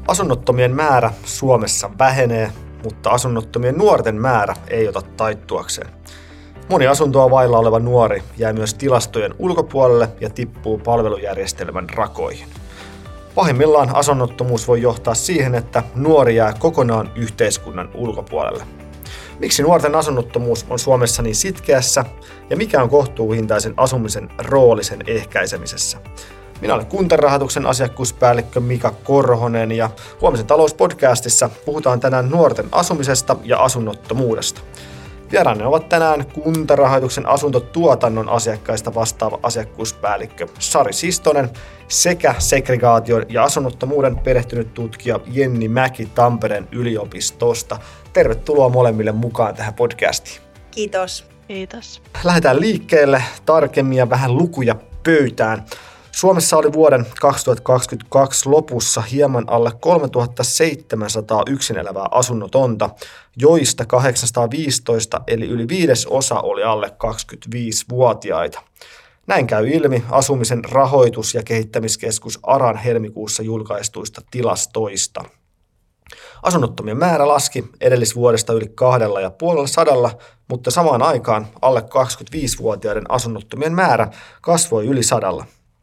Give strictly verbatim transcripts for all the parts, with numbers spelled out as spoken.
Asunnottomien määrä Suomessa vähenee, mutta asunnottomien nuorten määrä ei ota taittuakseen. Moni asuntoa vailla oleva nuori jää myös tilastojen ulkopuolelle ja tippuu palvelujärjestelmän rakoihin. Pahimmillaan asunnottomuus voi johtaa siihen, että nuori jää kokonaan yhteiskunnan ulkopuolelle. Miksi nuorten asunnottomuus on Suomessa niin sitkeässä ja mikä on kohtuuhintaisen asumisen rooli sen ehkäisemisessä? Minä olen Kuntarahoituksen asiakkuuspäällikkö Mika Korhonen ja huomisen talouspodcastissa puhutaan tänään nuorten asumisesta ja asunnottomuudesta. Vieraanne ovat tänään Kuntarahoituksen asuntotuotannon asiakkaista vastaava asiakkuuspäällikkö Sari Sistonen sekä segregaation ja asunnottomuuden perehtynyt tutkija Jenni Mäki Tampereen yliopistosta. Tervetuloa molemmille mukaan tähän podcastiin. Kiitos. Kiitos. Lähdetään liikkeelle tarkemmin ja vähän lukuja pöytään. Suomessa oli vuoden kaksituhattakaksikymmentäkaksi lopussa hieman alle kolmetuhattaseitsemänsataa yksin elävää asunnotonta, joista kahdeksansataaviisitoista eli yli viidesosa oli alle kaksikymmentäviisivuotiaita. Näin käy ilmi Asumisen rahoitus- ja kehittämiskeskus ARAn helmikuussa julkaistuista tilastoista. Asunnottomien määrä laski edellisvuodesta yli kahdella ja puolella sadalla, mutta samaan aikaan alle kaksikymmentäviisivuotiaiden asunnottomien määrä kasvoi yli sadalla.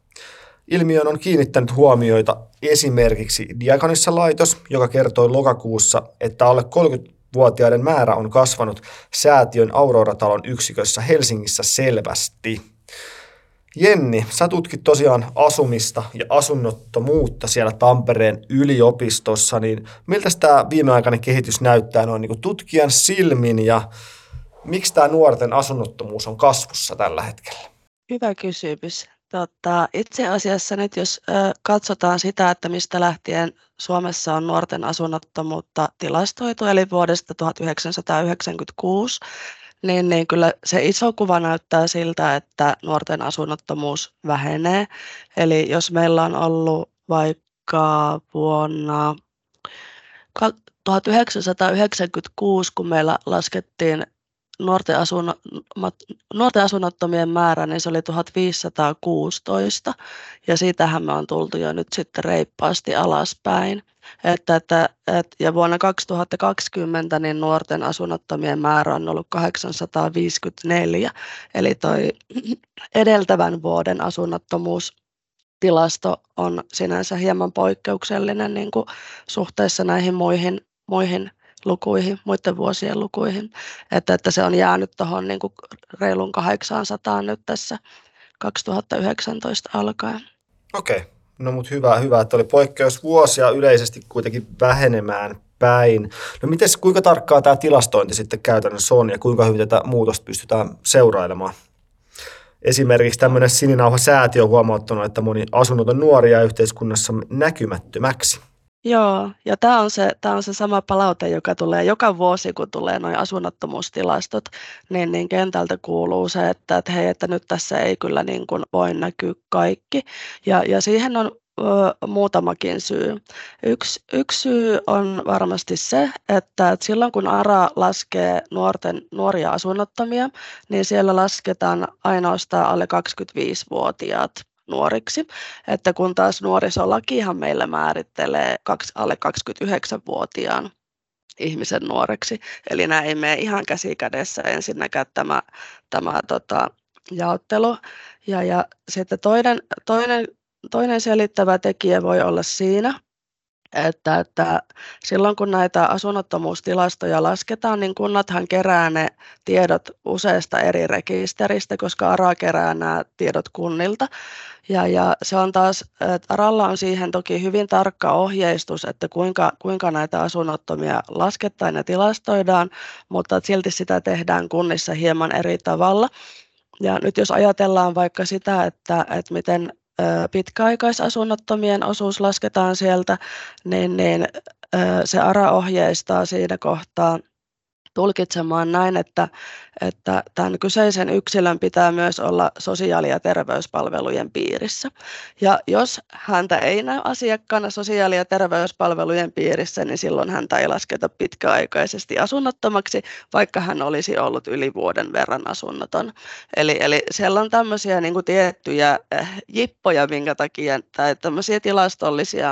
Ilmiön on kiinnittänyt huomioita esimerkiksi Diakonissa-laitos, joka kertoi lokakuussa, että alle kolmekymmentävuotiaiden määrä on kasvanut säätiön Aurora-talon yksikössä Helsingissä selvästi. Jenni, sä tutkit tosiaan asumista ja asunnottomuutta siellä Tampereen yliopistossa, niin miltä tämä viimeaikainen kehitys näyttää noin niin kuin tutkijan silmin ja miksi tämä nuorten asunnottomuus on kasvussa tällä hetkellä? Hyvä kysymys. Tota, itse asiassa nyt jos ö, katsotaan sitä, että mistä lähtien Suomessa on nuorten asunnottomuutta tilastoitu, eli vuodesta tuhatyhdeksänsataayhdeksänkymmentäkuusi, niin, niin kyllä se iso kuva näyttää siltä, että nuorten asunnottomuus vähenee. Eli jos meillä on ollut vaikka vuonna tuhatyhdeksänsataayhdeksänkymmentäkuusi, kun meillä laskettiin Nuorten, asunno, nuorten asunnottomien määrä, niin se oli tuhatviisisataakuusitoista ja siitähän me on tultu jo nyt sitten reippaasti alaspäin. Että, että, et, ja vuonna kaksituhattakaksikymmentä niin nuorten asunnottomien määrä on ollut kahdeksansataaviisikymmentäneljä, eli toi edeltävän vuoden asunnottomuustilasto on sinänsä hieman poikkeuksellinen niin kuin suhteessa näihin muihin, muihin lukuihin, muiden vuosien lukuihin, että, että se on jäänyt tuohon niin kuin reilun kahdeksansataa nyt tässä kaksituhattayhdeksäntoista alkaen. Okei, no mutta hyvä, hyvä, että oli poikkeusvuosia yleisesti kuitenkin vähenemään päin. No mites, kuinka tarkkaa tämä tilastointi sitten käytännössä on ja kuinka hyvin tätä muutosta pystytään seurailemaan? Esimerkiksi tämmöinen Sininauha-säätiö on huomauttanut, että moni asunnoton nuori jää yhteiskunnassa näkymättömäksi. Joo, ja tämä on, se, tämä on se sama palaute, joka tulee joka vuosi, kun tulee nuo asunnottomuustilastot, niin, niin kentältä kuuluu se, että, että hei, että nyt tässä ei kyllä niin kuin voi näkyä kaikki. Ja, ja siihen on ö, muutamakin syy. Yksi, yksi syy on varmasti se, että, että silloin kun ARA laskee nuorten, nuoria asunnottomia, niin siellä lasketaan ainoastaan alle kaksikymmentäviisivuotiaat nuoriksi, että kun taas nuorisolakihan meillä määrittelee kaksi, alle kaksikymmentäyhdeksänvuotiaan ihmisen nuoreksi, eli nämä ei mene ihan käsi kädessä ensinnäkään tämä, tämä tota, jaottelu. Ja, ja sitten toinen, toinen, toinen selittävä tekijä voi olla siinä, Että, että silloin kun näitä asunnottomuustilastoja lasketaan, niin kunnathan kerää ne tiedot useasta eri rekisteristä, koska ARA kerää nämä tiedot kunnilta. Ja, ja se on taas, että ARAlla on siihen toki hyvin tarkka ohjeistus, että kuinka, kuinka näitä asunnottomia lasketaan ja tilastoidaan, mutta silti sitä tehdään kunnissa hieman eri tavalla. Ja nyt jos ajatellaan vaikka sitä, että, että miten pitkäaikaisasunnottomien osuus lasketaan sieltä, niin, niin se ARA ohjeistaa siinä kohtaa tulkitsemaan näin, että, että tämän kyseisen yksilön pitää myös olla sosiaali- ja terveyspalvelujen piirissä. Ja jos häntä ei näy asiakkaana sosiaali- ja terveyspalvelujen piirissä, niin silloin häntä ei lasketa pitkäaikaisesti asunnottomaksi, vaikka hän olisi ollut yli vuoden verran asunnoton. Eli, eli siellä on tämmöisiä niin kuin tiettyjä jippoja, minkä takia, tai tämmöisiä tilastollisia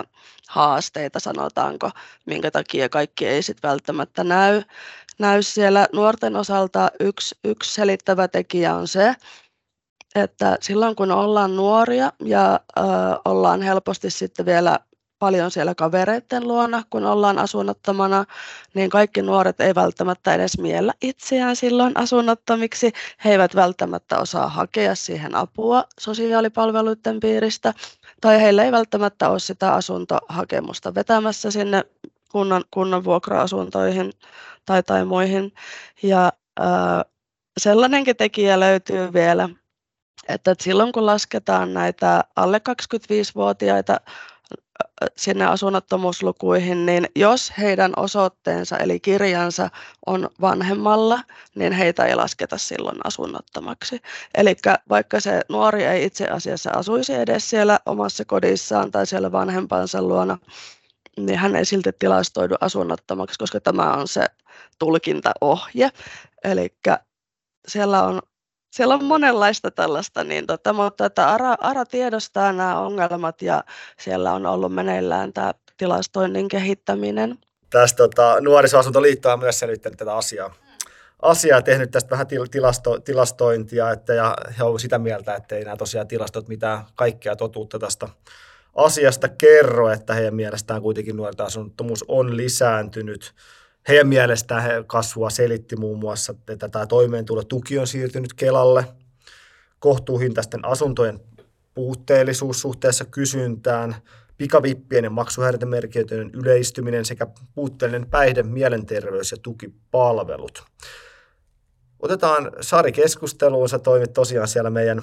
haasteita, sanotaanko, minkä takia kaikki ei sitten välttämättä näy. näy siellä. Nuorten osalta yksi, yksi selittävä tekijä on se, että silloin kun ollaan nuoria ja ö, ollaan helposti sitten vielä paljon siellä kavereiden luona, kun ollaan asunnottomana, niin kaikki nuoret ei välttämättä edes miellä itseään silloin asunnottomiksi. He eivät välttämättä osaa hakea siihen apua sosiaalipalveluiden piiristä, tai heillä ei välttämättä ole sitä asuntohakemusta vetämässä sinne kunnan, kunnan vuokra-asuntoihin tai, tai muihin. Ja ö, sellainenkin tekijä löytyy vielä, että silloin kun lasketaan näitä alle kaksikymmentäviisivuotiaita sinne asunnottomuuslukuihin, niin jos heidän osoitteensa eli kirjansa on vanhemmalla, niin heitä ei lasketa silloin asunnottomaksi. Eli vaikka se nuori ei itse asiassa asuisi edes siellä omassa kodissaan tai siellä vanhempansa luona, niin hän ei silti tilastoidu asunnottomaksi, koska tämä on se tulkintaohje. Eli siellä on Siellä on monenlaista tällaista, niin tota, mutta että ARA, ARA tiedostaa nämä ongelmat ja siellä on ollut meneillään tämä tilastoinnin kehittäminen. Tästä tota, Nuorisoasuntoliitto on myös selvittänyt tätä asiaa. Asiaa tehnyt tästä vähän tilasto, tilastointia, että ja he ovat sitä mieltä, että ei nämä tosiaan tilastot mitään kaikkea totuutta tästä asiasta kerro, että heidän mielestään kuitenkin nuorten asunnottomuus on lisääntynyt. Heidän mielestään he kasvua selitti muun muassa, että tämä toimeentulotuki on siirtynyt Kelalle, kohtuuhintaisten asuntojen puutteellisuus suhteessa kysyntään, pikavippien ja maksuhäiriömerkintöjen yleistyminen sekä puutteellinen päihde-, mielenterveys- ja tukipalvelut. Otetaan Sari keskusteluun. Sä toimit tosiaan siellä meidän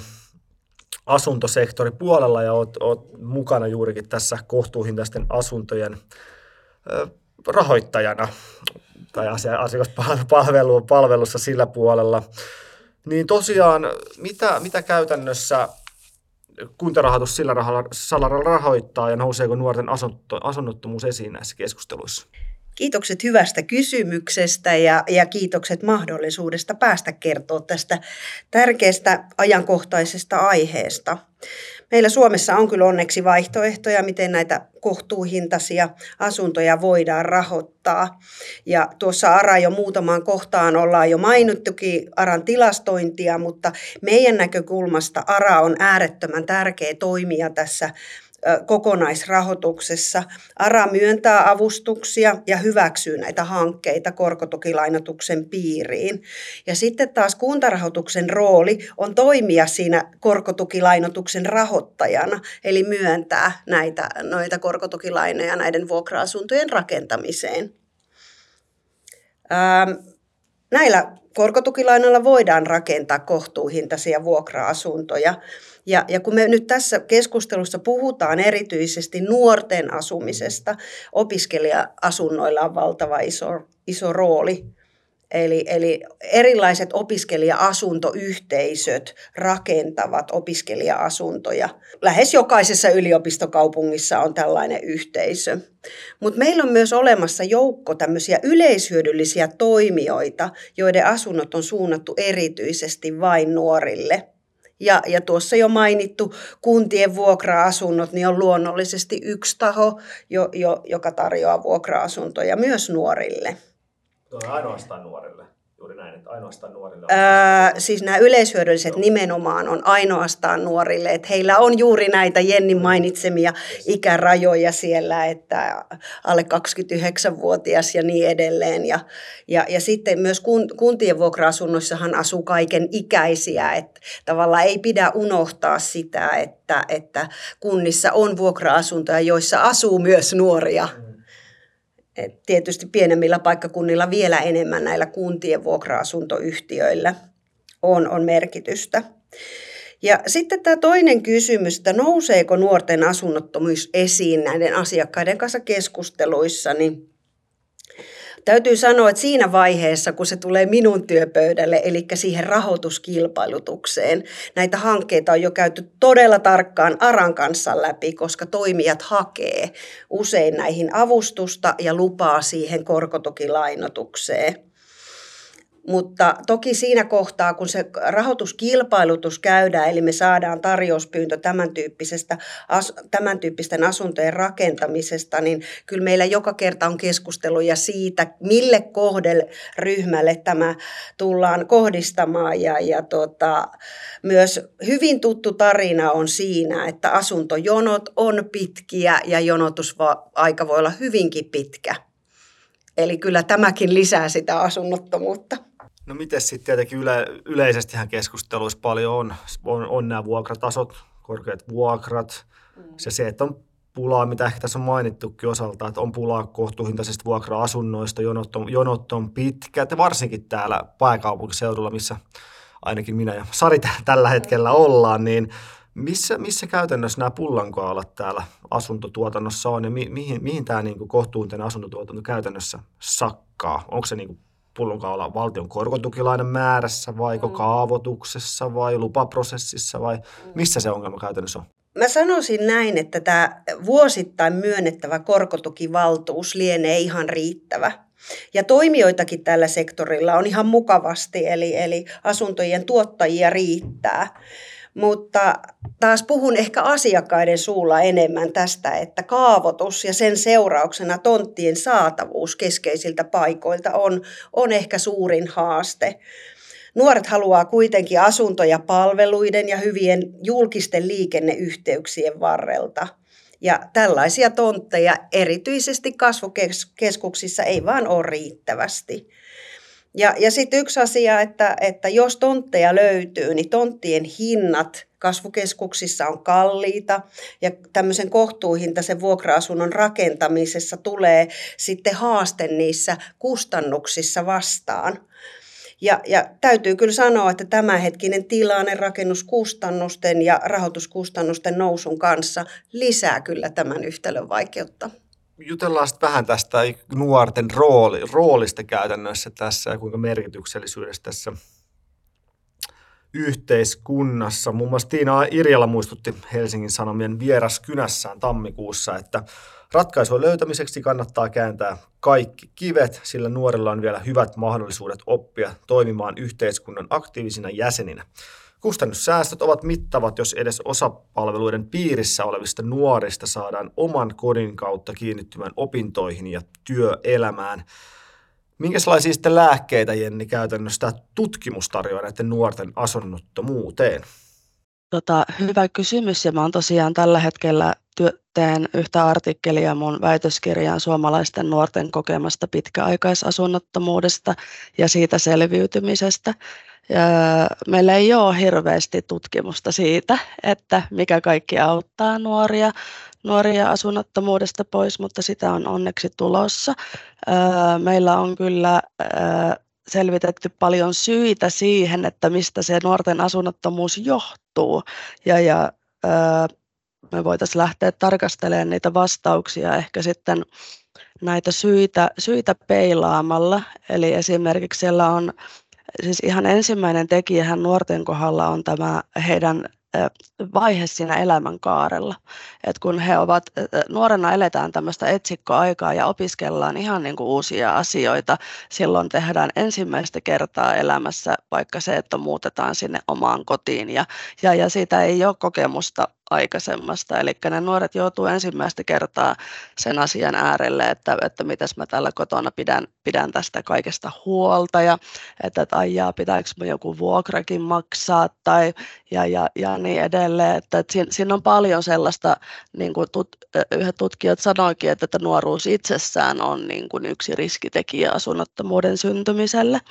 asuntosektoripuolella ja oot, oot mukana juurikin tässä kohtuuhintaisten asuntojen rahoittajana tai asiakaspalvelussa sillä puolella, niin tosiaan mitä, mitä käytännössä kuntarahoitus sillä rahalla, salalla rahoittaa ja nouseeko nuorten asunnotto, asunnottomuus esiin näissä keskusteluissa? Kiitokset hyvästä kysymyksestä ja, ja kiitokset mahdollisuudesta päästä kertoa tästä tärkeästä ajankohtaisesta aiheesta. Meillä Suomessa on kyllä onneksi vaihtoehtoja, miten näitä kohtuuhintaisia asuntoja voidaan rahoittaa. Ja tuossa ARA jo muutamaan kohtaan ollaan jo mainittukin ARAn tilastointia, mutta meidän näkökulmasta ARA on äärettömän tärkeä toimija tässä kokonaisrahoituksessa. ARA myöntää avustuksia ja hyväksyy näitä hankkeita korkotukilainoituksen piiriin. Ja sitten taas kuntarahoituksen rooli on toimia siinä korkotukilainoituksen rahoittajana, eli myöntää näitä, noita korkotukilainoja näiden vuokra-asuntojen rakentamiseen. Ähm, näillä korkotukilainoilla voidaan rakentaa kohtuuhintaisia vuokra-asuntoja. Ja, ja kun me nyt tässä keskustelussa puhutaan erityisesti nuorten asumisesta, opiskelija-asunnoilla on valtava iso, iso rooli. Eli, eli erilaiset opiskelija-asuntoyhteisöt rakentavat opiskelija-asuntoja. Lähes jokaisessa yliopistokaupungissa on tällainen yhteisö. Mutta meillä on myös olemassa joukko tämmöisiä yleishyödyllisiä toimijoita, joiden asunnot on suunnattu erityisesti vain nuorille. Ja, ja tuossa jo mainittu kuntien vuokra-asunnot niin on luonnollisesti yksi taho, jo, jo, joka tarjoaa vuokra-asuntoja myös nuorille. No, ainoastaan nuorille, juuri näin, että ainoastaan nuorille. Ää, siis nämä yleishyödylliset no. nimenomaan on ainoastaan nuorille, että heillä on juuri näitä Jennin mainitsemia ikärajoja siellä, että alle kaksikymmentäyhdeksänvuotias ja niin edelleen. Ja, ja, ja sitten myös kuntien vuokra-asunnoissahan asuu kaiken ikäisiä, että tavallaan ei pidä unohtaa sitä, että, että kunnissa on vuokra-asuntoja, joissa asuu myös nuoria. Mm. Et tietysti pienemmillä paikkakunnilla vielä enemmän näillä kuntien vuokra-asuntoyhtiöillä on, on merkitystä. Ja sitten tämä toinen kysymys, että nouseeko nuorten asunnottomuus esiin näiden asiakkaiden kanssa keskusteluissa, niin täytyy sanoa, että siinä vaiheessa, kun se tulee minun työpöydälle, eli siihen rahoituskilpailutukseen, näitä hankkeita on jo käyty todella tarkkaan ARAn kanssa läpi, koska toimijat hakee usein näihin avustusta ja lupaa siihen korkotukilainotukseen. Mutta toki siinä kohtaa, kun se rahoituskilpailutus käydään, eli me saadaan tarjouspyyntö tämän, tyyppisestä, tämän tyyppisten asuntojen rakentamisesta, niin kyllä meillä joka kerta on keskusteluja siitä, mille kohderyhmälle tämä tullaan kohdistamaan. Ja, ja tota, myös hyvin tuttu tarina on siinä, että asuntojonot on pitkiä ja jonotusaika voi olla hyvinkin pitkä. Eli kyllä tämäkin lisää sitä asunnottomuutta. No miten sitten tietenkin yle, yleisestihän keskusteluissa paljon on, on, on nämä vuokratasot, korkeat vuokrat, mm. se, se, että on pulaa, mitä ehkä tässä on mainittukin osalta, että on pulaa kohtuuhintaisista vuokra-asunnoista, jonot on, jonot on pitkät ja varsinkin täällä pääkaupunkiseudulla, missä ainakin minä ja Sari tällä hetkellä ollaan, niin missä, missä käytännössä nämä pullankaulat täällä asuntotuotannossa on ja mi, mihin, mihin tämä niin kuin kohtuuhintainen asuntotuotanto käytännössä sakkaa? Onko se niin kuin pullonkaula valtion korkotukilainan määrässä vai mm. kaavoituksessa vai lupaprosessissa vai missä se ongelma käytännössä on? Mä sanoisin näin, että tämä vuosittain myönnettävä korkotukivaltuus lienee ihan riittävä. Ja toimijoitakin tällä sektorilla on ihan mukavasti, eli, eli asuntojen tuottajia riittää. Mutta taas puhun ehkä asiakkaiden suulla enemmän tästä, että kaavoitus ja sen seurauksena tonttien saatavuus keskeisiltä paikoilta on, on ehkä suurin haaste. Nuoret haluaa kuitenkin asuntoja palveluiden ja hyvien julkisten liikenneyhteyksien varrelta. Ja tällaisia tontteja erityisesti kasvukeskuksissa ei vaan ole riittävästi. Ja, ja sitten yksi asia, että, että jos tontteja löytyy, niin tonttien hinnat kasvukeskuksissa on kalliita ja tämmöisen kohtuuhintaisen vuokra-asunnon rakentamisessa tulee sitten haaste niissä kustannuksissa vastaan. Ja, ja täytyy kyllä sanoa, että tämänhetkinen tilanne rakennuskustannusten ja rahoituskustannusten nousun kanssa lisää kyllä tämän yhtälön vaikeutta. Jutellaan sitten vähän tästä nuorten rooli, roolista käytännössä tässä ja kuinka merkityksellisyydestä tässä yhteiskunnassa. Muun muassa Tiina Irjala muistutti Helsingin Sanomien Vieraskynässään tammikuussa, että ratkaisun löytämiseksi kannattaa kääntää kaikki kivet, sillä nuorilla on vielä hyvät mahdollisuudet oppia toimimaan yhteiskunnan aktiivisina jäseninä. Kustannussäästöt ovat mittavat, jos edes osa palveluiden piirissä olevista nuorista saadaan oman kodin kautta kiinnittymään opintoihin ja työelämään. Minkälaisia sitten lääkkeitä, Jenni, käytännössä tutkimus tarjoaa näiden nuorten asunnottomuuteen? Tota, hyvä kysymys, ja mä oon tosiaan tällä hetkellä työ, teen yhtä artikkelia mun väitöskirjaan suomalaisten nuorten kokemasta pitkäaikaisasunnottomuudesta ja siitä selviytymisestä. Ja meillä ei ole hirveästi tutkimusta siitä, että mikä kaikki auttaa nuoria, nuoria asunnottomuudesta pois, mutta sitä on onneksi tulossa. Meillä on kyllä selvitetty paljon syitä siihen, että mistä se nuorten asunnottomuus johtuu. Ja, ja me voitaisiin lähteä tarkastelemaan niitä vastauksia ehkä sitten näitä syitä, syitä peilaamalla. Eli esimerkiksi siellä on, siis ihan ensimmäinen tekijähän nuorten kohdalla on tämä heidän vaihe siinä elämänkaarella. Et kun he ovat, nuorena eletään tämmöistä etsikkoaikaa ja opiskellaan ihan niin kuin uusia asioita, silloin tehdään ensimmäistä kertaa elämässä vaikka se, että muutetaan sinne omaan kotiin ja, ja, ja siitä ei ole kokemusta aikaisemmasta. Eli ne nuoret joutuu ensimmäistä kertaa sen asian äärelle, että, että mitäs mä täällä kotona pidän, pidän tästä kaikesta huolta ja että, että aijaa, pitääkö mä joku vuokrakin maksaa tai ja, ja, ja niin edelleen. Että, että siinä, siinä on paljon sellaista, niin kuin tut, yhdet tutkijat sanoikin, että, että nuoruus itsessään on niin kuin yksi riskitekijä asunnottomuuden syntymiselle,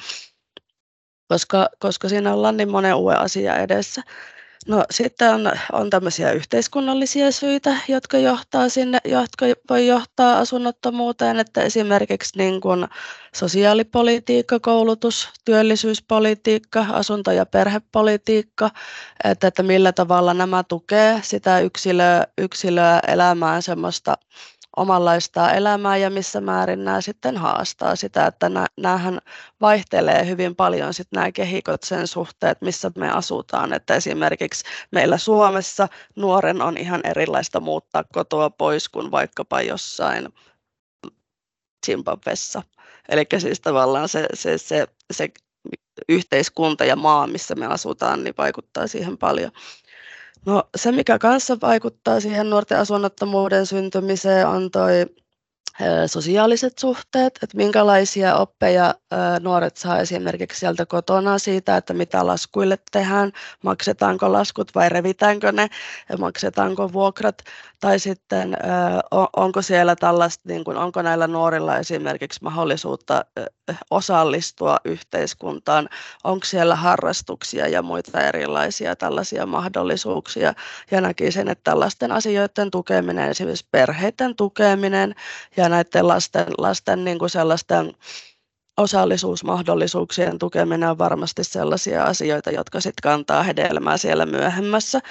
koska, koska siinä ollaan niin monen uuden asian edessä. No sitten on, on tämmöisiä yhteiskunnallisia syitä, jotka johtaa sinne, jotka voi johtaa asunnottomuuteen, että esimerkiksi niin kuin sosiaalipolitiikka, koulutus, työllisyyspolitiikka, asunto- ja perhepolitiikka, että, että millä tavalla nämä tukee sitä yksilöä, yksilöä elämään semmoista omanlaistaan elämää ja missä määrin nämä sitten haastaa sitä, että näähän vaihtelee hyvin paljon sitten nämä kehikot sen suhteen, että missä me asutaan, että esimerkiksi meillä Suomessa nuoren on ihan erilaista muuttaa kotoa pois kuin vaikkapa jossain Zimbabwessa, eli siis tavallaan se, se, se, se yhteiskunta ja maa, missä me asutaan, niin vaikuttaa siihen paljon. No se, mikä kanssa vaikuttaa siihen nuorten asunnottomuuden syntymiseen, on toi sosiaaliset suhteet, että minkälaisia oppeja nuoret saa esimerkiksi sieltä kotona siitä, että mitä laskuille tehdään, maksetaanko laskut vai revitäänkö ne, maksetaanko vuokrat, tai sitten onko siellä tällaista, niin kuin, onko näillä nuorilla esimerkiksi mahdollisuutta osallistua yhteiskuntaan, onko siellä harrastuksia ja muita erilaisia tällaisia mahdollisuuksia, ja näkisin, että tällaisten asioiden tukeminen, esimerkiksi perheiden tukeminen ja näiden lasten, lasten niin kuin sellaisten osallisuusmahdollisuuksien tukeminen on varmasti sellaisia asioita, jotka sitten kantaa hedelmää siellä myöhemmässä.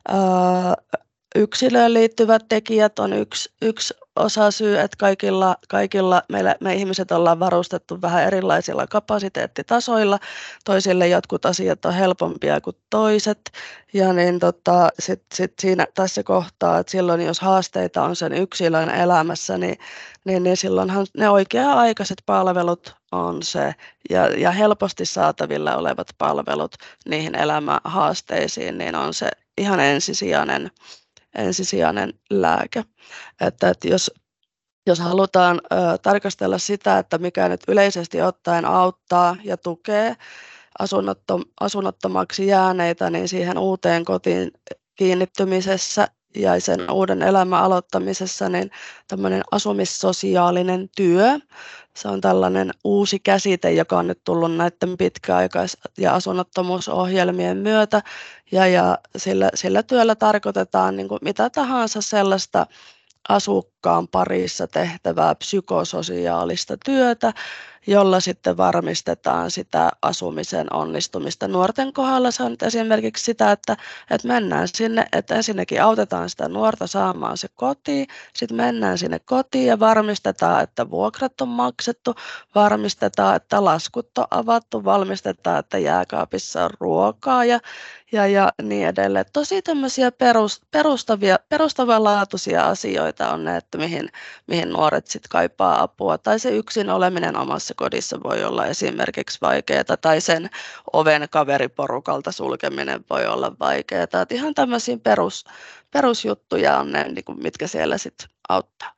Yksilöön liittyvät tekijät on yksi, yksi osa syy, että kaikilla, kaikilla meillä, me ihmiset ollaan varustettu vähän erilaisilla kapasiteettitasoilla. Toisille jotkut asiat on helpompia kuin toiset. Ja niin tota, sit, sit siinä tässä kohtaa, että silloin jos haasteita on sen yksilön elämässä, niin, niin, niin silloinhan ne oikea-aikaiset palvelut on se ja, ja helposti saatavilla olevat palvelut niihin elämähaasteisiin, niin on se ihan ensisijainen ensisijainen lääke. Että, että jos, jos halutaan ö, tarkastella sitä, että mikä nyt yleisesti ottaen auttaa ja tukee asunnottom, asunnottomaksi jääneitä, niin siihen uuteen kotiin kiinnittymisessä ja sen uuden elämän aloittamisessa, niin tämmöinen asumissosiaalinen työ, se on tällainen uusi käsite, joka on nyt tullut näiden pitkäaikais- ja asunnottomuusohjelmien myötä, ja, ja sillä, sillä työllä tarkoitetaan niin kuin mitä tahansa sellaista asukkaan parissa tehtävää psykososiaalista työtä, jolla sitten varmistetaan sitä asumisen onnistumista. Nuorten kohdalla se on nyt esimerkiksi sitä, että, että mennään sinne, että ensinnäkin autetaan sitä nuorta saamaan se kotiin, sitten mennään sinne kotiin ja varmistetaan, että vuokrat on maksettu, varmistetaan, että laskut on avattu, varmistetaan, että jääkaapissa on ruokaa ja, ja, ja niin edelleen. Tosi tämmöisiä perus, perustavia, perustavanlaatuisia asioita on ne, että mihin, mihin nuoret sitten kaipaa apua, tai se yksin oleminen omassa kodissa voi olla esimerkiksi vaikeaa, tai sen oven kaveriporukalta sulkeminen voi olla vaikeaa. Että ihan tämmöisiä perus, perusjuttuja on ne, mitkä siellä sitten auttaa.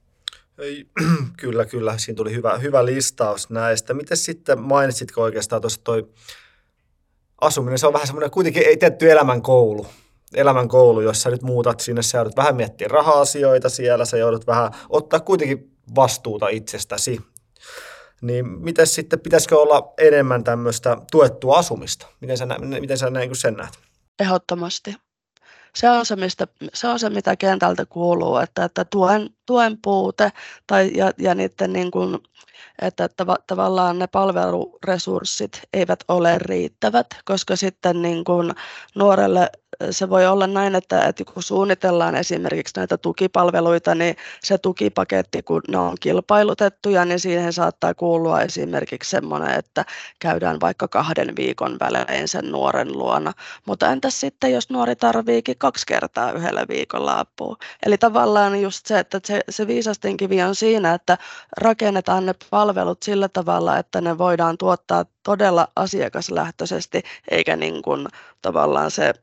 Ei, kyllä, kyllä. Siinä tuli hyvä, hyvä listaus näistä. Miten sitten mainitsitko oikeastaan tuossa toi asuminen? Se on vähän semmoinen kuitenkin ei tietty elämänkoulu. Elämänkoulu, jossa nyt muutat sinne, sä joudut vähän miettiä raha-asioita siellä, sä joudut vähän ottaa kuitenkin vastuuta itsestäsi. Niin miten sitten, pitäisikö olla enemmän tämmöistä tuettua asumista? Miten sä, miten sä näin, sen näet? Ehdottomasti. Se on se, mistä, se on se, mitä kentältä kuuluu, että, että tuen, tuen puute tai, ja, ja niiden niin kuin, että tav- tavallaan ne palveluresurssit eivät ole riittävät, koska sitten niin kuin nuorelle se voi olla näin, että, että kun suunnitellaan esimerkiksi näitä tukipalveluita, niin se tukipaketti, kun ne on kilpailutettuja, niin siihen saattaa kuulua esimerkiksi semmoinen, että käydään vaikka kahden viikon välein sen nuoren luona. Mutta entäs sitten, jos nuori tarviikin kaksi kertaa yhdellä viikolla apua? Eli tavallaan just se, että se, se viisastinkivi on siinä, että rakennetaan ne palvelut sillä tavalla, että ne voidaan tuottaa todella asiakaslähtöisesti, eikä niin kuin tavallaan se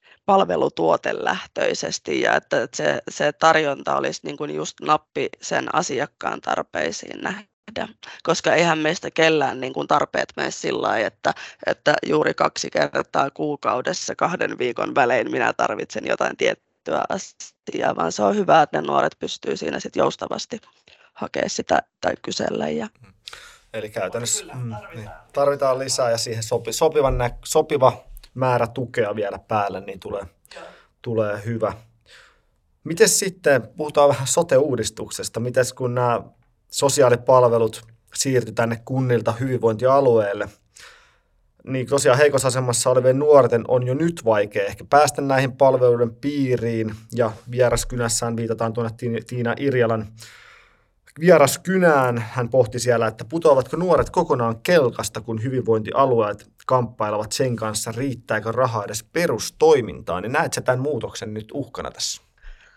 palvelutuotelähtöisesti ja että se, se tarjonta olisi niin kuin just nappi sen asiakkaan tarpeisiin nähdä, koska eihän meistä kellään niin kuin tarpeet mene sillä lailla, että, että juuri kaksi kertaa kuukaudessa kahden viikon välein minä tarvitsen jotain tiettyä asiaa, vaan se on hyvä, että ne nuoret pystyy siinä sit joustavasti hakemaan sitä tai kysellä. Ja eli käytännössä mm, niin, tarvitaan lisää ja siihen sopi, sopivan nä, sopiva määrä tukea vielä päälle, niin tulee, tulee hyvä. Miten sitten, puhutaan vähän sote-uudistuksesta, miten kun nämä sosiaalipalvelut siirtyi tänne kunnilta hyvinvointialueelle, niin tosiaan heikossa asemassa olevien nuorten on jo nyt vaikea ehkä päästä näihin palveluiden piiriin, ja Vieraskynässään viitataan tuonne Tiina Irjalan Vieraskynään. Hän pohti siellä, että putoavatko nuoret kokonaan kelkasta, kun hyvinvointialueet kamppailevat sen kanssa, riittääkö rahaa edes perustoimintaan. Niin näet sä tämän muutoksen nyt uhkana tässä?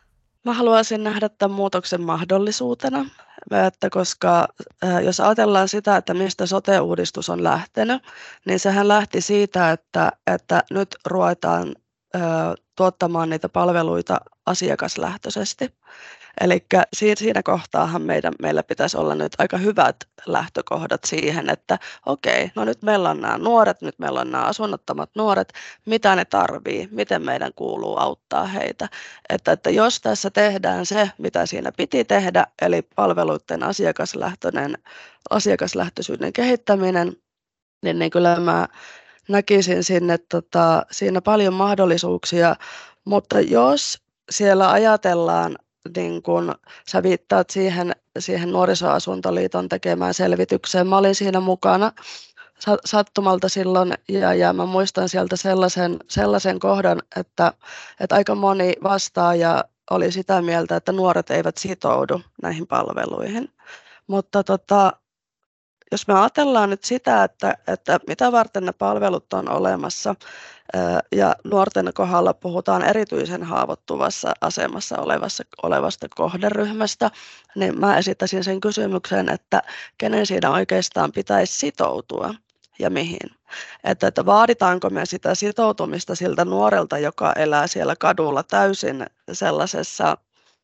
Mä haluaisin nähdä tämän muutoksen mahdollisuutena, että koska jos ajatellaan sitä, että mistä sote-uudistus on lähtenyt, niin sehän lähti siitä, että, että nyt ruvetaan ö, tuottamaan niitä palveluita asiakaslähtöisesti. Eli siinä kohtaahan meidän, meillä pitäisi olla nyt aika hyvät lähtökohdat siihen, että okei, no nyt meillä on nämä nuoret, nyt meillä on nämä asunnottomat nuoret, mitä ne tarvii, miten meidän kuuluu auttaa heitä. Että, että jos tässä tehdään se, mitä siinä piti tehdä, eli palveluiden asiakaslähtöinen, asiakaslähtöisyyden kehittäminen, niin, niin kyllä mä näkisin sinne, tota, siinä paljon mahdollisuuksia, mutta jos siellä ajatellaan, niin kun sä viittaat siihen, siihen Nuorisoasuntoliiton tekemään selvitykseen. Mä olin siinä mukana sattumalta silloin ja, ja mä muistan sieltä sellaisen, sellaisen kohdan, että, että aika moni vastaaja oli sitä mieltä, että nuoret eivät sitoudu näihin palveluihin. Mutta tota, jos me ajatellaan nyt sitä, että, että mitä varten ne palvelut on olemassa, ja nuorten kohdalla puhutaan erityisen haavoittuvassa asemassa olevassa, olevasta kohderyhmästä, niin mä esittäisin sen kysymyksen, että kenen siinä oikeastaan pitäisi sitoutua ja mihin. Että, että vaaditaanko me sitä sitoutumista siltä nuorelta, joka elää siellä kadulla täysin sellaisessa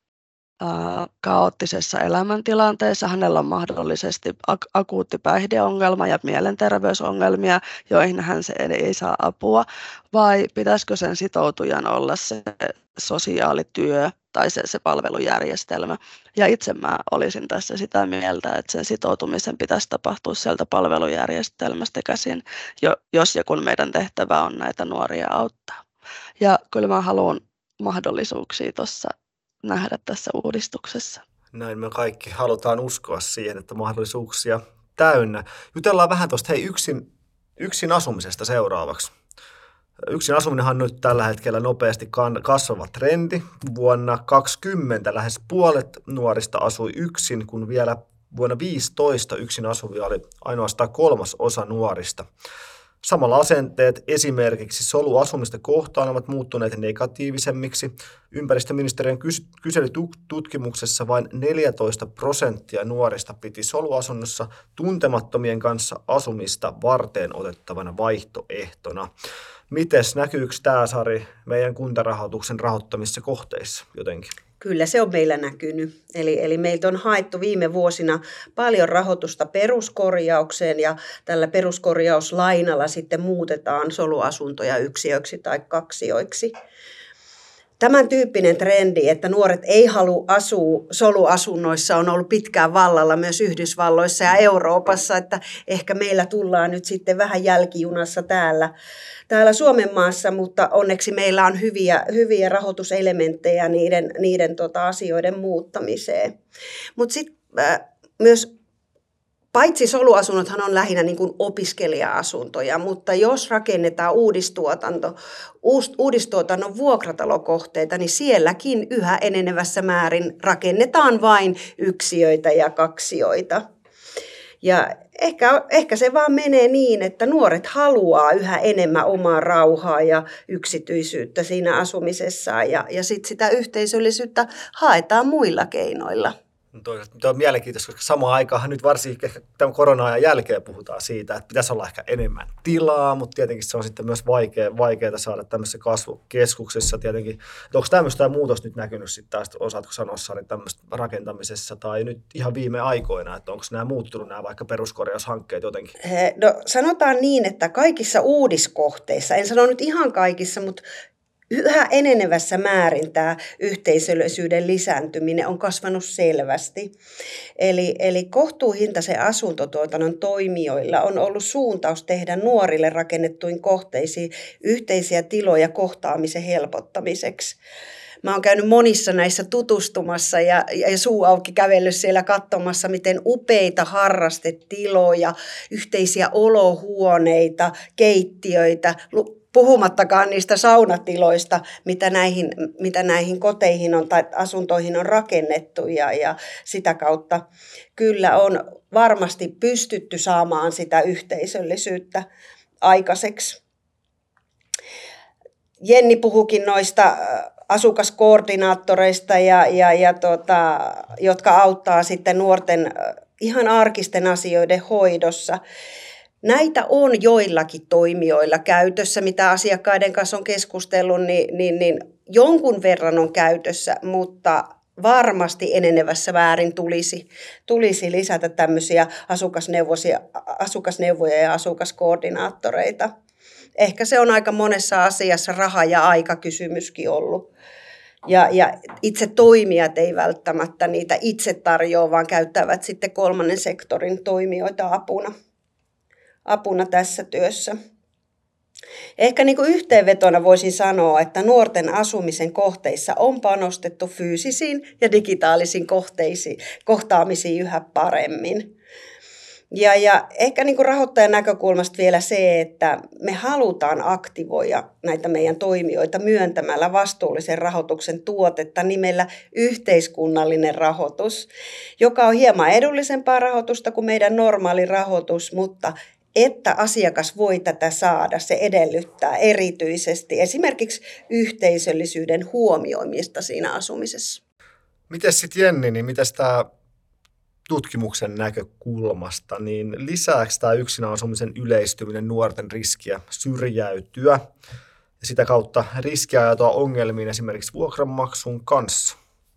kaoottisessa elämäntilanteessa, hänellä on mahdollisesti ak- akuutti päihdeongelma ja mielenterveysongelmia, joihin hän se ei saa apua, vai pitäisikö sen sitoutujan olla se sosiaalityö tai se, se palvelujärjestelmä. Ja itse mä olisin tässä sitä mieltä, että sen sitoutumisen pitäisi tapahtua sieltä palvelujärjestelmästä käsin, jo, jos ja kun meidän tehtävä on näitä nuoria auttaa. Ja kyllä mä haluan mahdollisuuksia tuossa nähdä tässä uudistuksessa. Näin me kaikki halutaan uskoa siihen, että mahdollisuuksia täynnä. Jutellaan vähän tuosta hei yksin, yksin asumisesta seuraavaksi. Yksin asuminenhan on nyt tällä hetkellä nopeasti kasvava trendi. Vuonna kaksikymmentä lähes puolet nuorista asui yksin, kun vielä vuonna viisitoista yksin asuvia oli ainoastaan kolmas osa nuorista. Samalla asenteet esimerkiksi soluasumista kohtaan ovat muuttuneet negatiivisemmiksi. Ympäristöministeriön kyselytutkimuksessa vain neljätoista prosenttia nuorista piti soluasunnossa tuntemattomien kanssa asumista varten otettavana vaihtoehtona. Mites näkyykö tämä, Sari, meidän kuntarahoituksen rahoittamissa kohteissa jotenkin? Kyllä se on meillä näkynyt. Eli, eli meiltä on haettu viime vuosina paljon rahoitusta peruskorjaukseen ja tällä peruskorjauslainalla sitten muutetaan soluasuntoja yksiöiksi tai kaksioiksi. Tämän tyyppinen trendi, että nuoret ei halua asua soluasunnoissa, on ollut pitkään vallalla myös Yhdysvalloissa ja Euroopassa, että ehkä meillä tullaan nyt sitten vähän jälkijunassa täällä, täällä Suomen maassa, mutta onneksi meillä on hyviä, hyviä rahoituselementtejä niiden, niiden tota, asioiden muuttamiseen. Mutta sitten äh, myös paitsi soluasunnothan on lähinnä niin kuin opiskelija-asuntoja, mutta jos rakennetaan uudistuotanto, uudistuotannon vuokratalokohteita, niin sielläkin yhä enenevässä määrin rakennetaan vain yksiöitä ja kaksioita. Ja ehkä, ehkä se vaan menee niin, että nuoret haluaa yhä enemmän omaa rauhaa ja yksityisyyttä siinä asumisessaan ja, ja sitten sitä yhteisöllisyyttä haetaan muilla keinoilla. Tuo on mielenkiintoista, koska samaan aikaan nyt varsinkin tämän korona-ajan jälkeen puhutaan siitä, että pitäisi olla ehkä enemmän tilaa, mutta tietenkin se on sitten myös vaikea, vaikeaa saada tämmöisessä kasvukeskuksessa tietenkin. Onko tämmöistä muutosta nyt näkynyt sitten taas, osaatko sanoa, Sari, tämmöistä rakentamisessa tai nyt ihan viime aikoina, että onko nämä muuttunut nämä vaikka peruskorjaushankkeet jotenkin? No sanotaan niin, että kaikissa uudiskohteissa, en sano nyt ihan kaikissa, mutta yhä enenevässä määrin tämä yhteisöllisyyden lisääntyminen on kasvanut selvästi. Eli, eli kohtuuhintaisen asuntotuotannon toimijoilla on ollut suuntaus tehdä nuorille rakennettuihin kohteisiin yhteisiä tiloja kohtaamisen helpottamiseksi. Mä oon käynyt monissa näissä tutustumassa ja, ja suu auki kävellyt siellä katsomassa, miten upeita harrastetiloja, yhteisiä olohuoneita, keittiöitä, puhumattakaan niistä saunatiloista, mitä näihin, mitä näihin koteihin on tai asuntoihin on rakennettu ja, ja sitä kautta kyllä on varmasti pystytty saamaan sitä yhteisöllisyyttä aikaiseksi. Jenni puhukin noista asukaskoordinaattoreista, ja, ja, ja tota, jotka auttaa sitten nuorten ihan arkisten asioiden hoidossa. Näitä on joillakin toimijoilla käytössä, mitä asiakkaiden kanssa on keskustellut, niin, niin, niin jonkun verran on käytössä, mutta varmasti enenevässä väärin tulisi, tulisi lisätä tämmöisiä asukasneuvoja, asukasneuvoja ja asukaskoordinaattoreita. Ehkä se on aika monessa asiassa raha- ja aikakysymyskin ollut. Ja, ja itse toimijat ei välttämättä niitä itse tarjoa, vaan käyttävät sitten kolmannen sektorin toimijoita apuna, apuna tässä työssä. Ehkä niin kuin yhteenvetona voisin sanoa, että nuorten asumisen kohteissa on panostettu fyysisiin ja digitaalisiin kohteisiin, kohtaamisiin yhä paremmin. Ja, ja ehkä niin kuin rahoittajan näkökulmasta vielä se, että me halutaan aktivoida näitä meidän toimijoita myöntämällä vastuullisen rahoituksen tuotetta nimellä yhteiskunnallinen rahoitus, joka on hieman edullisempaa rahoitusta kuin meidän normaali rahoitus, mutta että asiakas voi tätä saada, se edellyttää erityisesti esimerkiksi yhteisöllisyyden huomioimista siinä asumisessa. Mites sitten Jenni, niin mites tämä tutkimuksen näkökulmasta, niin lisääkö tämä yksin asumisen yleistyminen nuorten riskiä syrjäytyä ja sitä kautta riskiä ajautua ongelmiin esimerkiksi vuokranmaksun kanssa?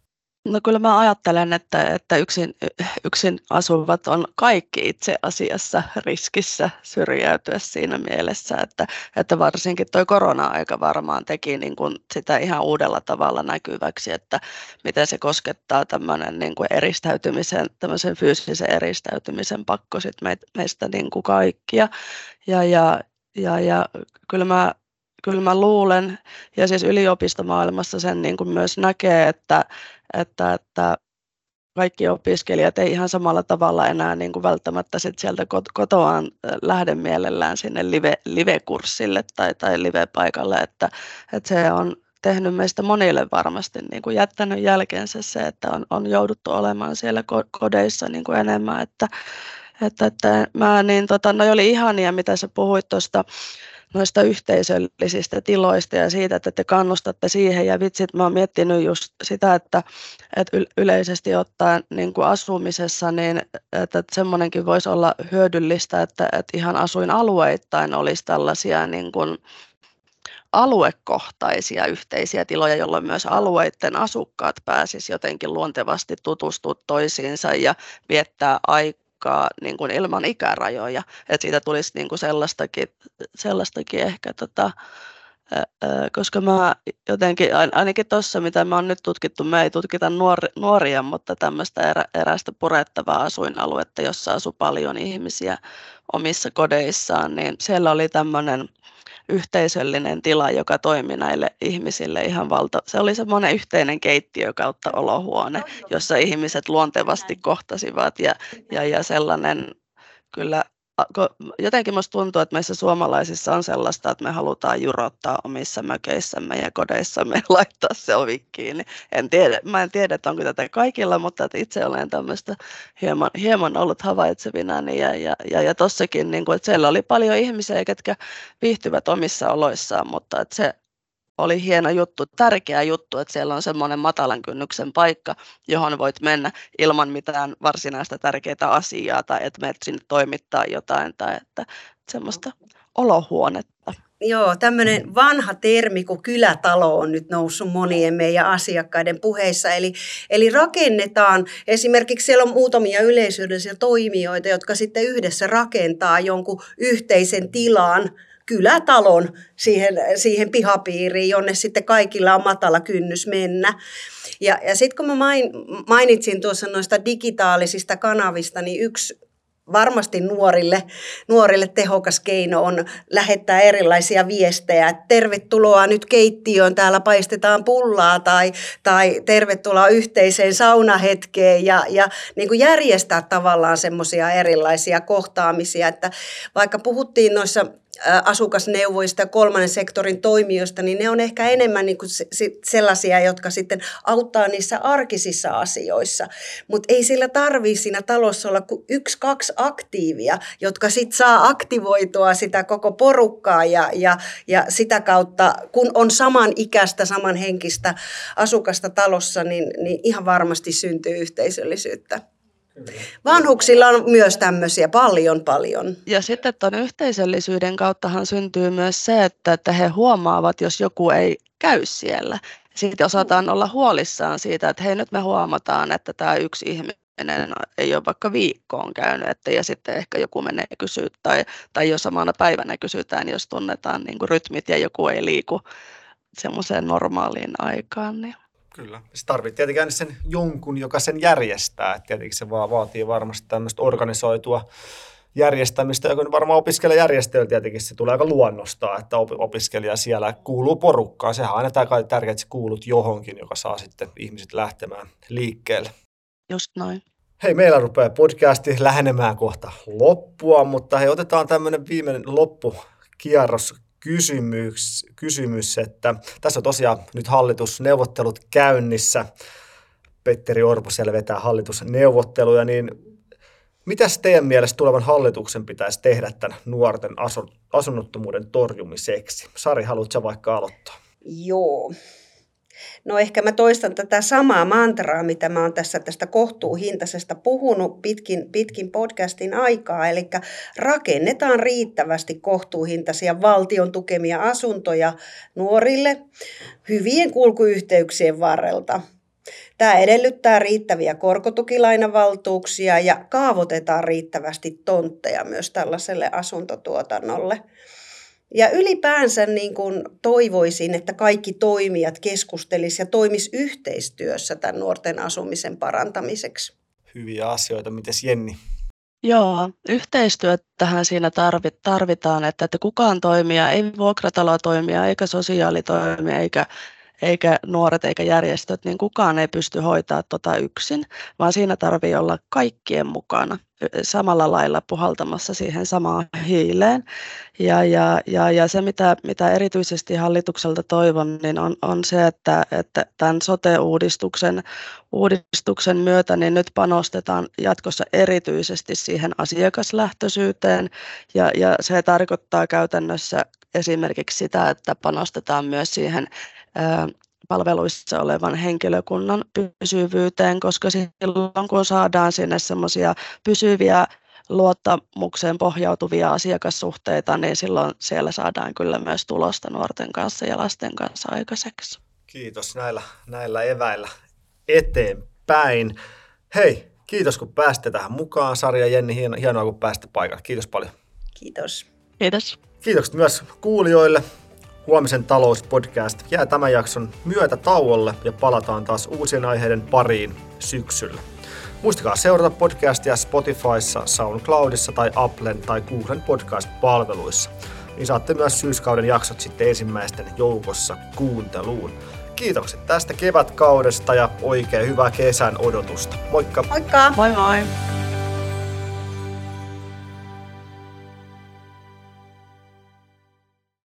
No kyllä mä ajattelen, että, että yksin, yksin asuvat on kaikki itse asiassa riskissä syrjäytyä siinä mielessä, että, että varsinkin tuo korona-aika varmaan teki niin kuin sitä ihan uudella tavalla näkyväksi, että miten se koskettaa tämmöinen niin kuin eristäytymisen, tämmöisen fyysisen eristäytymisen pakko sit meistä niin kuin kaikkia. Ja, ja, ja, ja kyllä mä Kyllä mä luulen, ja siis yliopistomaailmassa sen niin kuin myös näkee, että, että, että kaikki opiskelijat ei ihan samalla tavalla enää niin kuin välttämättä sit sieltä kotoaan lähde mielellään sinne live, live-kurssille tai, tai live-paikalle, että, että se on tehnyt meistä monille varmasti niin kuin jättänyt jälkeensä se, että on, on jouduttu olemaan siellä kodeissa niin kuin enemmän, että, että, että mä niin tota, no oli ihania, mitä sä puhuit tuosta noista yhteisöllisistä tiloista ja siitä, että te kannustatte siihen. Ja vitsit, mä oon miettinyt just sitä, että, että yleisesti ottaen niin kuin asumisessa, niin että, että semmoinenkin voisi olla hyödyllistä, että, että ihan asuinalueittain olisi tällaisia niin kuin aluekohtaisia yhteisiä tiloja, jolloin myös alueiden asukkaat pääsisivät jotenkin luontevasti tutustua toisiinsa ja viettää aikaa niin kuin ilman ikärajoja, että siitä tulisi niin kuin sellaistakin, sellaistakin ehkä, tota, koska mä jotenkin, ainakin tuossa mitä mä oon nyt tutkittu, me ei tutkita nuori, nuoria, mutta tämmöistä erä, erästä purettavaa asuinaluetta, jossa asuu paljon ihmisiä omissa kodeissaan, niin siellä oli tämmöinen yhteisöllinen tila, joka toimi näille ihmisille ihan valta. Se oli semmoinen yhteinen keittiö kautta olohuone, jossa ihmiset luontevasti kohtasivat ja, ja, ja sellainen kyllä, jotenkin musta tuntuu, että meissä suomalaisissa on sellaista, että me halutaan jurottaa omissa mökeissämme ja kodeissamme ja laittaa se ovi kiinni. En tiedä, mä en tiedä, että onko tätä kaikilla, mutta että itse olen tämmöistä hieman, hieman ollut havaitsevinani ja, ja, ja, ja tossakin, niin kuin, että siellä oli paljon ihmisiä, ketkä viihtyvät omissa oloissaan, mutta että se oli hieno juttu, tärkeä juttu, että siellä on semmoinen matalan kynnyksen paikka, johon voit mennä ilman mitään varsinaista tärkeää asiaa tai että menet sinne toimittaa jotain tai että semmoista olohuonetta. Joo, tämmöinen vanha termi kuin kylätalo on nyt noussut monien meidän asiakkaiden puheissa. Eli, eli rakennetaan, esimerkiksi siellä on muutamia yleisöllisiä toimijoita, jotka sitten yhdessä rakentaa jonkun yhteisen tilan, kylätalon siihen, siihen pihapiiriin, jonne sitten kaikilla on matala kynnys mennä. Ja, ja sitten kun mä mainitsin tuossa noista digitaalisista kanavista, niin yksi varmasti nuorille, nuorille tehokas keino on lähettää erilaisia viestejä. Tervetuloa nyt keittiöön, täällä paistetaan pullaa tai, tai tervetuloa yhteiseen saunahetkeen ja, ja niin kuin järjestää tavallaan semmoisia erilaisia kohtaamisia, että vaikka puhuttiin noissa asukasneuvoista ja kolmannen sektorin toimijoista, niin ne on ehkä enemmän niin kuin sellaisia, jotka sitten auttaa niissä arkisissa asioissa. Mutta ei sillä tarvitse siinä talossa olla kuin yksi, kaksi aktiivia, jotka sitten saa aktivoitua sitä koko porukkaa ja, ja, ja sitä kautta, kun on samanikäistä, samanhenkistä asukasta talossa, niin, niin ihan varmasti syntyy yhteisöllisyyttä. Vanhuksilla on myös tämmöisiä paljon paljon. Ja sitten tuon yhteisöllisyyden kauttahan syntyy myös se, että, että he huomaavat, jos joku ei käy siellä. Sitten osataan olla huolissaan siitä, että hei, nyt me huomataan, että tämä yksi ihminen ei ole vaikka viikkoon käynyt, että ja sitten ehkä joku menee kysyä tai, tai jo samana päivänä kysytään, jos tunnetaan niin kuin rytmit ja joku ei liiku semmoiseen normaaliin aikaan. Niin. Kyllä. Se tarvitsee tietenkin aina sen jonkun, joka sen järjestää. Et tietenkin se vaan vaatii varmasti tämmöistä organisoitua järjestämistä, joka varmaan opiskelijajärjestöillä tietenkin se tulee aika luonnostaan, että opiskelija siellä kuuluu porukkaan. Sehän on aina tärkeää, että sä kuulut johonkin, joka saa sitten ihmiset lähtemään liikkeelle. Just noin. Hei, meillä rupeaa podcasti lähenemään kohta loppua, mutta hei, otetaan tämmöinen viimeinen loppukierros. Kysymys, kysymys, että tässä on tosiaan nyt hallitusneuvottelut käynnissä. Petteri Orpo siellä vetää hallitusneuvotteluja, niin mitäs teidän mielestä tulevan hallituksen pitäisi tehdä tämän nuorten asunnottomuuden torjumiseksi? Sari, haluatko vaikka aloittaa? Joo. No ehkä mä toistan tätä samaa mantraa, mitä mä oon tässä tästä kohtuuhintaisesta puhunut pitkin, pitkin podcastin aikaa. Eli rakennetaan riittävästi kohtuuhintaisia valtion tukemia asuntoja nuorille hyvien kulkuyhteyksien varrelta. Tämä edellyttää riittäviä korkotukilainavaltuuksia ja kaavoitetaan riittävästi tontteja myös tällaiselle asuntotuotannolle. Ja ylipäänsä niin kuin toivoisin, että kaikki toimijat keskustelisivat ja toimisivat yhteistyössä tämän nuorten asumisen parantamiseksi. Hyviä asioita. Mites Jenni? Joo, yhteistyötähän siinä tarvitaan, että, että kukaan toimija, ei vuokratalotoimija eikä sosiaalitoimija eikä eikä nuoret eikä järjestöt, niin kukaan ei pysty hoitamaan tota yksin, vaan siinä tarvii olla kaikkien mukana samalla lailla puhaltamassa siihen samaan hiileen. Ja, ja, ja, ja se, mitä, mitä erityisesti hallitukselta toivon, niin on, on se, että, että tämän sote-uudistuksen uudistuksen myötä niin nyt panostetaan jatkossa erityisesti siihen asiakaslähtöisyyteen, ja, ja se tarkoittaa käytännössä esimerkiksi sitä, että panostetaan myös siihen palveluissa olevan henkilökunnan pysyvyyteen, koska silloin kun saadaan sinne semmoisia pysyviä luottamukseen pohjautuvia asiakassuhteita, niin silloin siellä saadaan kyllä myös tulosta nuorten kanssa ja lasten kanssa aikaiseksi. Kiitos näillä, näillä eväillä eteenpäin. Hei, kiitos kun pääsitte tähän mukaan. Sari ja Jenni, hienoa kun pääsitte paikalle. Kiitos paljon. Kiitos. Kiitos. Kiitokset myös kuulijoille. Huomisen talouspodcast jää tämän jakson myötä tauolle ja palataan taas uusien aiheiden pariin syksyllä. Muistakaa seurata podcastia Spotifyssa, SoundCloudissa tai Applen tai Googlen podcast-palveluissa. Niin saatte myös syyskauden jaksot sitten ensimmäisten joukossa kuunteluun. Kiitokset tästä kevätkaudesta ja oikein hyvää kesän odotusta. Moikka! Moikka! Moi moi!